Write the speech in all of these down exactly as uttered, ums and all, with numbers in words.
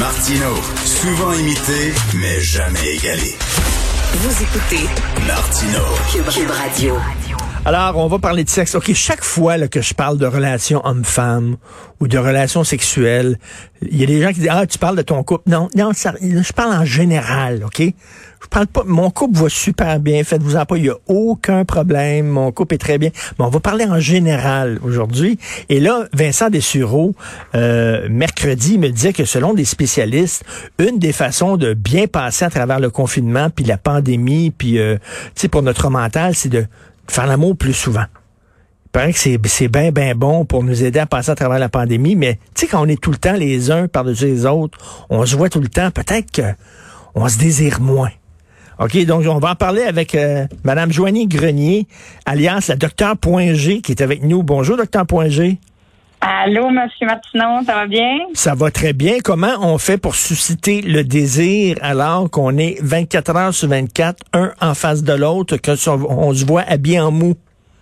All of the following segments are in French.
Martino, souvent imité, mais jamais égalé. Vous écoutez Martino, Cube, Cube Radio. Alors, on va parler de sexe. OK, chaque fois là, que je parle de relations homme-femme ou de relations sexuelles, il y a des gens qui disent « Ah, tu parles de ton couple. » Non, non, ça, je parle en général, OK? Je parle pas... Mon couple va super bien, faites-vous-en pas, il y a aucun problème, mon couple est très bien. Mais on va parler en général aujourd'hui. Et là, Vincent Dessureau, euh, mercredi, me disait que selon des spécialistes, une des façons de bien passer à travers le confinement, puis la pandémie, puis, euh, tu sais, pour notre mental, c'est de faire l'amour plus souvent. Il paraît que c'est, c'est bien, bien bon pour nous aider à passer à travers la pandémie, mais tu sais, quand on est tout le temps les uns par-dessus les autres, on se voit tout le temps, peut-être que on se désire moins. OK, donc on va en parler avec euh, Mme Joanie Grenier, alias la docteur Point G, qui est avec nous. Bonjour, docteur Point G. Allô, Monsieur Martineau, ça va bien? Ça va très bien. Comment on fait pour susciter le désir alors qu'on est vingt-quatre heures sur vingt-quatre, un en face de l'autre, qu'on on se voit habillé en mou?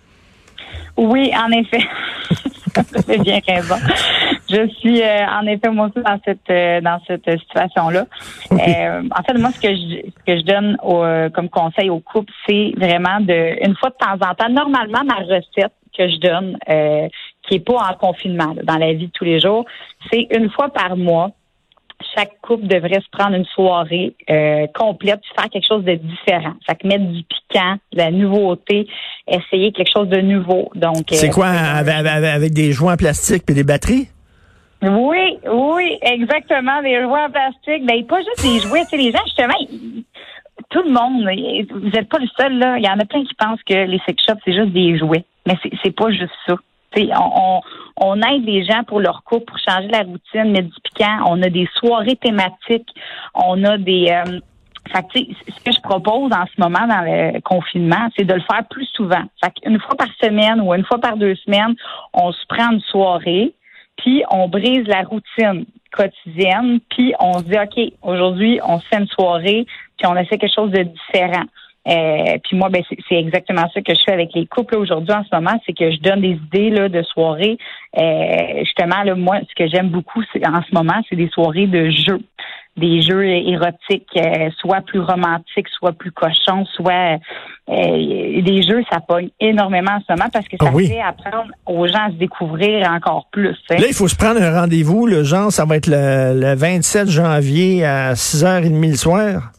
Oui, en effet. Vous avez bien raison. Je suis euh, en effet moi aussi dans cette euh, dans cette situation-là. Oui. Euh, en fait, moi, ce que je ce que je donne au, euh, comme conseil au couple, c'est vraiment de une fois de temps en temps. Normalement, ma recette que je donne, euh, qui est pas en confinement là, dans la vie de tous les jours, c'est une fois par mois. Chaque couple devrait se prendre une soirée euh, complète, puis faire quelque chose de différent. Fait que mettre du piquant, de la nouveauté, essayer quelque chose de nouveau. Donc, c'est euh, quoi, avec, avec, avec des jouets en plastique et des batteries? Oui, oui, exactement, des jouets en plastique. Ben, pas juste des jouets, tu sais, les gens, justement, ils, tout le monde, vous n'êtes pas le seul, là. Il y en a plein qui pensent que les sex shops, c'est juste des jouets. Mais c'est, c'est pas juste ça. Tu sais, on, on, on aide les gens pour leur couple, pour changer la routine, mettre du piquant. On a des soirées thématiques. On a des... Euh, fait que, tu sais, ce que je propose en ce moment dans le confinement, c'est de le faire plus souvent. Fait qu'une fois par semaine ou une fois par deux semaines, on se prend une soirée, puis on brise la routine quotidienne, puis on se dit, OK, aujourd'hui, on se fait une soirée, puis on essaie quelque chose de différent. Euh, puis moi, ben c'est, c'est exactement ça que je fais avec les couples là, aujourd'hui en ce moment, c'est que je donne des idées là, de soirées. Euh, justement, là, moi, ce que j'aime beaucoup c'est, en ce moment, c'est des soirées de jeux. Des jeux érotiques, euh, soit plus romantiques, soit plus cochons, soit euh, des jeux, ça pogne énormément en ce moment parce que ça oh oui. fait apprendre aux gens à se découvrir encore plus. Hein. Là, il faut se prendre un rendez-vous. Le genre, ça va être le, le vingt-sept janvier à six heures trente le soir.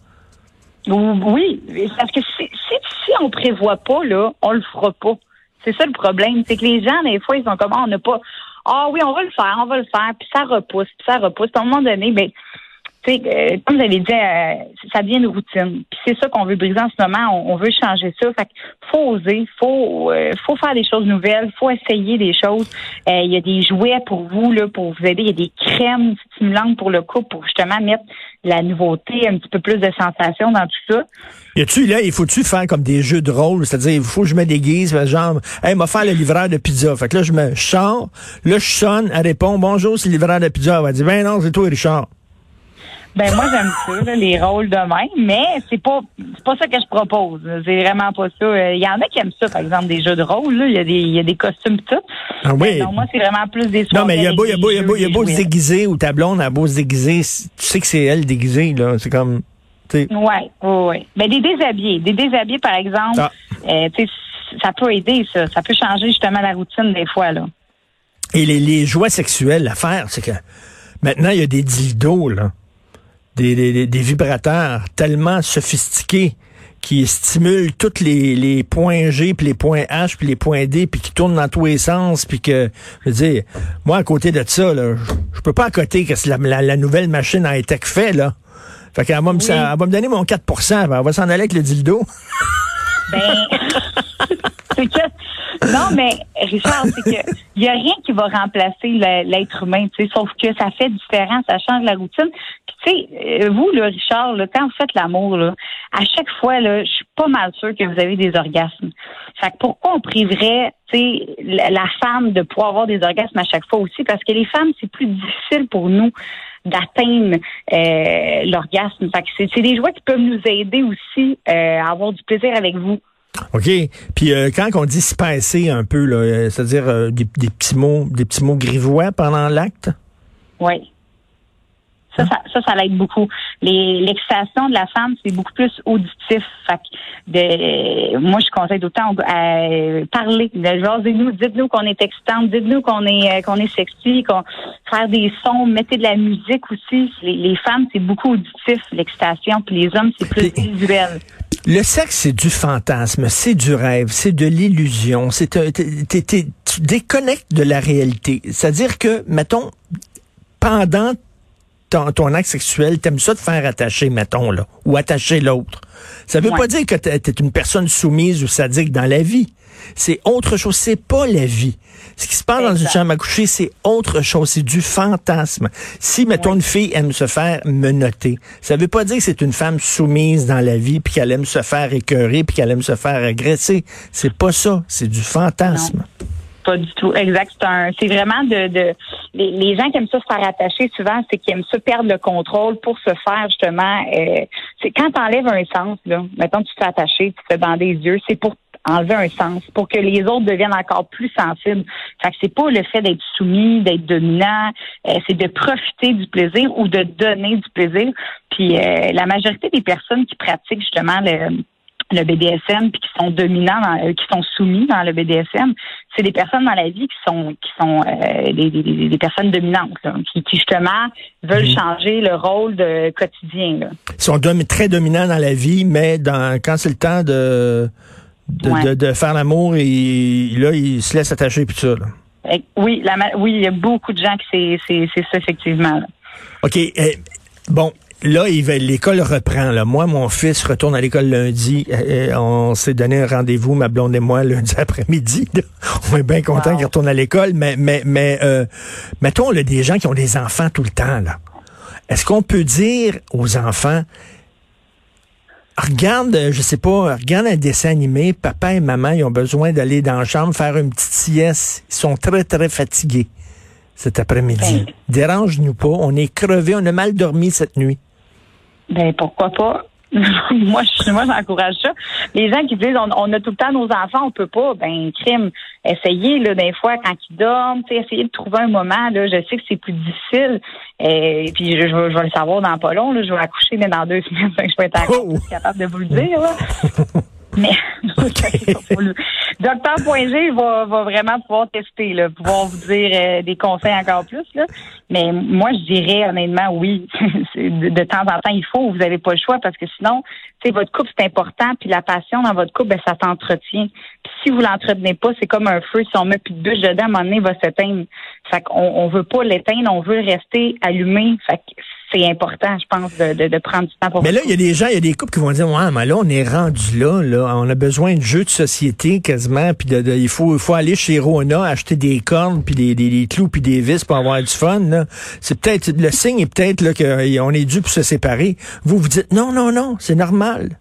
Oui, parce que si, si, si on prévoit pas, là, on le fera pas. C'est ça le problème. C'est que les gens, des fois, ils sont comme, ah, on n'a pas, ah oui, on va le faire, on va le faire, puis ça repousse, puis ça repousse. À un moment donné, ben, tu sais, euh, comme vous avez dit, euh, ça devient une routine. Puis c'est ça qu'on veut briser en ce moment. On, on veut changer ça. Fait qu'il faut oser, faut, euh, faut faire des choses nouvelles, faut essayer des choses. Il euh, y a des jouets pour vous là, pour vous aider. Il y a des crèmes stimulantes pour le couple pour justement mettre la nouveauté, un petit peu plus de sensations dans tout ça. Y a-tu là, il faut-tu faire comme des jeux de rôle, c'est-à-dire il faut que je me déguise, genre, hey, m'a faire le livreur de pizza. Fait que là je me je sors, là je sonne, elle répond bonjour, c'est le livreur de pizza. Elle va dire ben non, c'est toi Richard. Ben moi j'aime ça, là, les rôles de même, mais c'est pas c'est pas ça que je propose. C'est vraiment pas ça. Il y en a qui aiment ça, par exemple, des jeux de rôle. Là. Il y a des il y a des costumes pis tout. Ah oui. Non, moi c'est vraiment plus des soirées. Non, mais il y a beau, il y a beau, il y a beau, il y a beau se jouets. déguiser ou ta blonde a beau se déguiser, tu sais que c'est elle déguisée, là. C'est comme, tu sais. Ouais, ouais, ouais. Ben des déshabillés, des déshabillés par exemple, Ah. euh, tu sais, ça peut aider ça. Ça peut changer justement la routine des fois là. Et les, les jouets sexuels, l'affaire, c'est que maintenant il y a des dildos, là. Des, des, des vibrateurs tellement sophistiqués qui stimulent tous les, les points G, puis les points H, puis les points D, puis qui tournent dans tous les sens, puis que, je veux dire, moi, à côté de ça, là, je, je peux pas à côté que c'est la, la, la nouvelle machine à high-tech fait, là. Fait qu'elle va me, Oui. ça, elle va me donner mon quatre pour cent, elle va s'en aller avec le dildo. Ben, c'est que, non, mais Richard, c'est que il y a rien qui va remplacer le, l'être humain, tu sais, sauf que ça fait différent, ça change la routine. Puis tu sais, vous, là, Richard, là, quand vous faites l'amour, là, à chaque fois, là, je suis pas mal sûre que vous avez des orgasmes. Fait que pourquoi on priverait, tu sais, la, la femme de pouvoir avoir des orgasmes à chaque fois aussi? Parce que les femmes, c'est plus difficile pour nous d'atteindre euh, l'orgasme. Fait que c'est, c'est des jouets qui peuvent nous aider aussi euh, à avoir du plaisir avec vous. OK. Puis euh, quand on dit se pincer un peu, là, euh, c'est-à-dire euh, des, des petits mots, des petits mots grivois pendant l'acte? Oui. Ça, ça, ça, ça l'aide beaucoup. Les, l'excitation de la femme, c'est beaucoup plus auditif. Fait que de, moi, je conseille d'autant à parler. Jasez-nous, dites-nous qu'on est excitante, dites-nous qu'on est qu'on est sexy, qu'on faire des sons, mettez de la musique aussi. Les, les femmes, c'est beaucoup auditif, l'excitation, puis les hommes, c'est plus visuel. Le sexe, c'est du fantasme, c'est du rêve, c'est de l'illusion. C'est t'es, t'es, t'es, tu déconnectes de la réalité. C'est-à-dire que, mettons, pendant Ton, ton acte sexuel, t'aimes ça te faire attacher, mettons, là, ou attacher l'autre. Ça veut ouais. pas dire que t'es, t'es une personne soumise ou sadique dans la vie. C'est autre chose. C'est pas la vie. Ce qui se passe dans une chambre à coucher, c'est autre chose. C'est du fantasme. Si, mettons, ouais. une fille aime se faire menotter, ça veut pas dire que c'est une femme soumise dans la vie puis qu'elle aime se faire écœurer puis qu'elle aime se faire agresser. C'est pas ça. C'est du fantasme. Non. Pas du tout. Exact. C'est, un, c'est vraiment de, de les, les gens qui aiment ça se faire attacher souvent, c'est qu'ils aiment ça perdre le contrôle pour se faire justement. Euh, c'est quand t'enlèves un sens là. Mettons tu te fais attacher, tu te fais bander les yeux, c'est pour enlever un sens, pour que les autres deviennent encore plus sensibles. Fait que c'est pas le fait d'être soumis, d'être dominant, euh, c'est de profiter du plaisir ou de donner du plaisir. Puis euh, la majorité des personnes qui pratiquent justement le le B D S M puis qui sont dominants, dans, euh, qui sont soumis dans le B D S M, c'est des personnes dans la vie qui sont qui sont euh, des, des, des personnes dominantes, là, qui, qui justement veulent mmh. changer le rôle de quotidien. Là. Ils sont dom- très dominants dans la vie, mais dans quand c'est le temps de de, ouais. de, de faire l'amour, et là ils se laissent attacher puis tout ça. Là. Oui, la, oui, il y a beaucoup de gens qui c'est c'est, c'est ça effectivement. Là. OK, eh, bon. Là, il va, l'école reprend. Là. Moi, mon fils retourne à l'école lundi. Et on s'est donné un rendez-vous, ma blonde et moi, lundi après-midi. Là. On est bien contents wow. qu'il retourne à l'école. Mais, mais, mais euh, mettons, là, des gens qui ont des enfants tout le temps. Là. Est-ce qu'on peut dire aux enfants, regarde, je sais pas, regarde un dessin animé, papa et maman, ils ont besoin d'aller dans la chambre faire une petite sieste. Ils sont très, très fatigués cet après-midi. Ben, dérange-nous pas. On est crevés. On a mal dormi cette nuit. Ben pourquoi pas? moi, je, moi, j'encourage ça. Les gens qui disent on, on a tout le temps nos enfants, on peut pas, ben crime. Essayez là, des fois quand ils dorment, essayez de trouver un moment. Là, je sais que c'est plus difficile. Et, et puis je, je, vais, je vais le savoir dans pas long. Là, je vais accoucher mais dans deux semaines, donc je vais être oh. capable de vous le dire. Là. Mais okay. Docteur Point G va, va vraiment pouvoir tester, là, pouvoir vous dire euh, des conseils encore plus. Là. Mais moi, je dirais honnêtement, oui, de, de temps en temps, il faut, vous n'avez pas le choix parce que sinon, tu sais, votre couple, c'est important, puis la passion dans votre couple, ben, ça s'entretient. Puis si vous l'entretenez pas, c'est comme un feu, si on met plus de bûche dedans, à un moment donné, il va s'éteindre. Fait qu'on on veut pas l'éteindre, on veut rester allumé. Fait que c'est important, je pense, de, de, de prendre du temps pour. Mais là, il y a des gens, il y a des couples qui vont dire, ouais, mais là, on est rendu là, là, on a besoin de jeux de société quasiment, puis de, de, il faut, il faut aller chez Rona acheter des cordes, puis des, des, des clous, puis des vis pour avoir du fun. Là. C'est peut-être le signe est peut-être là qu'on est dû pour se séparer. Vous vous dites, non, non, non, c'est normal.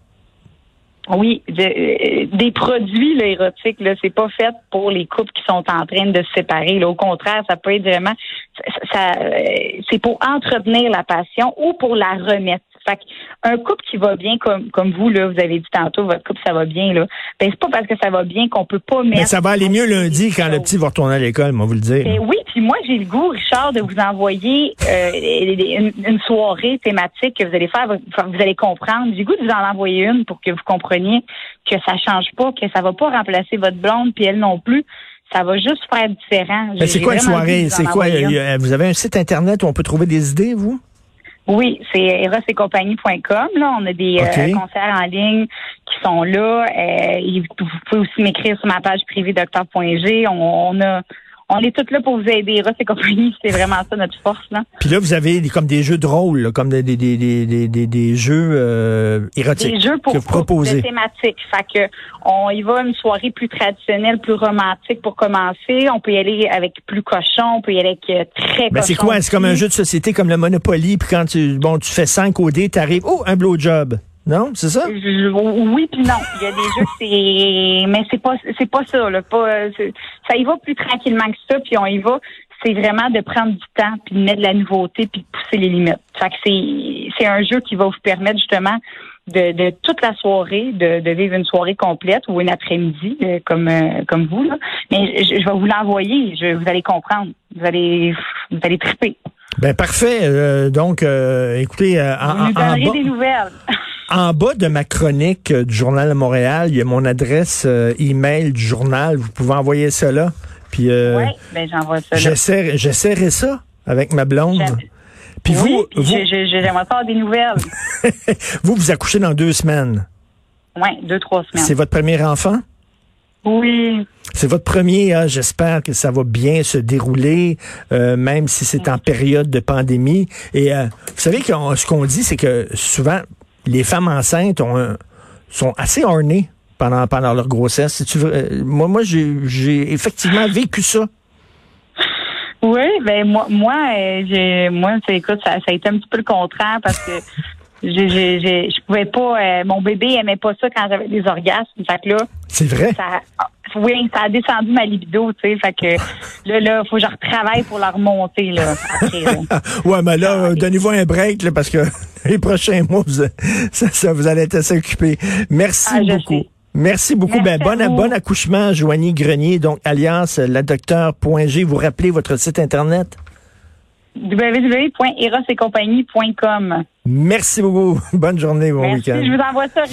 Oui, de, des produits là, érotiques, là, c'est pas fait pour les couples qui sont en train de se séparer. Là. Au contraire, ça peut être vraiment, ça, ça, c'est pour entretenir la passion ou pour la remettre. Fait qu'un couple qui va bien comme comme vous là, vous avez dit tantôt, votre couple ça va bien là. Ben c'est pas parce que ça va bien qu'on peut pas mettre. Mais ça va aller mieux lundi quand le petit va retourner à l'école, moi vous le dire. Ben oui, puis moi j'ai le goût, Richard, de vous envoyer euh, une, une soirée thématique que vous allez faire, vous allez comprendre. J'ai le goût de vous en envoyer une pour que vous compreniez que ça change pas, que ça va pas remplacer votre blonde puis elle non plus. Ça va juste faire différent. Ben, c'est quoi une soirée? C'est quoi? Une. Vous avez un site internet où on peut trouver des idées, vous? Oui, c'est eros et compagnie point com. Là, on a des okay. euh, concerts en ligne qui sont là. Euh, vous pouvez aussi m'écrire sur ma page privée docteur point g. On, on a On est toutes là pour vous aider, Eros et compagnie. C'est vraiment ça notre force, là. Puis là, vous avez des, comme des jeux de rôle, là, comme des, des, des, des, des, des jeux euh, érotiques. Des jeux pour, que vous proposez. De thématiques. Fait que on y va une soirée plus traditionnelle, plus romantique pour commencer. On peut y aller avec plus cochon, on peut y aller avec euh, très ben cochon. C'est quoi? C'est comme un jeu de société comme le Monopoly, puis quand tu bon tu fais cinq au dé, t'arrives, oh, un blowjob. Non, c'est ça? Je, oui puis non. Il y a des jeux c'est mais c'est pas c'est pas ça là, pas ça y va plus tranquillement que ça, puis on y va, c'est vraiment de prendre du temps puis de mettre de la nouveauté puis de pousser les limites. Fait que c'est c'est un jeu qui va vous permettre justement de, de toute la soirée de, de vivre une soirée complète ou une après-midi euh, comme euh, comme vous là. Mais je, je vais vous l'envoyer, je vous allez comprendre. Vous allez vous allez triper. Ben parfait. Euh, donc, euh, écoutez, euh, Vous en, nous en, donnerez bas, des nouvelles. en bas de ma chronique euh, du Journal de Montréal, il y a mon adresse euh, email du journal. Vous pouvez envoyer ça là. Puis, euh, Oui, ben j'envoie ça. là. j'essaie, j'essaierai ça avec ma blonde. J'aime- Puis oui, vous, puis vous, je- je- j'aimerais avoir des nouvelles. vous, vous accouchez dans deux semaines. Oui, deux, trois semaines. C'est votre premier enfant? Oui. C'est votre premier, hein, j'espère que ça va bien se dérouler, euh, même si c'est en période de pandémie. Et euh, vous savez que on- ce qu'on dit, c'est que souvent, les femmes enceintes ont un- sont assez ornées pendant, pendant leur grossesse. C'est-tu vrai? Euh, moi, moi j'ai, j'ai effectivement vécu ça. Oui, ben moi, moi, euh, j'ai, moi, c'est- écoute, ça, ça a été un petit peu le contraire parce que j'ai, j'ai, j'ai- je pouvais pas. Euh, mon bébé aimait pas ça quand j'avais des orgasmes. Fait que là, C'est vrai? ça, oui, ça a descendu ma libido, tu sais. Fait que là, là, faut que je retravaille pour la remonter là. Après, là. Ouais, mais là, Ah, euh, donnez-vous un break, là, parce que les prochains mois, vous, ça, ça, vous allez être assez occupés. Merci Ah, je beaucoup. sais. Merci beaucoup. Merci ben, bon, à vous. bon accouchement, Joanie Grenier, donc alias la docteur point G. Vous rappelez votre site Internet? w w w point eros et compagnie point com. Merci beaucoup. Bonne journée, bon Merci, week-end. je vous envoie ça.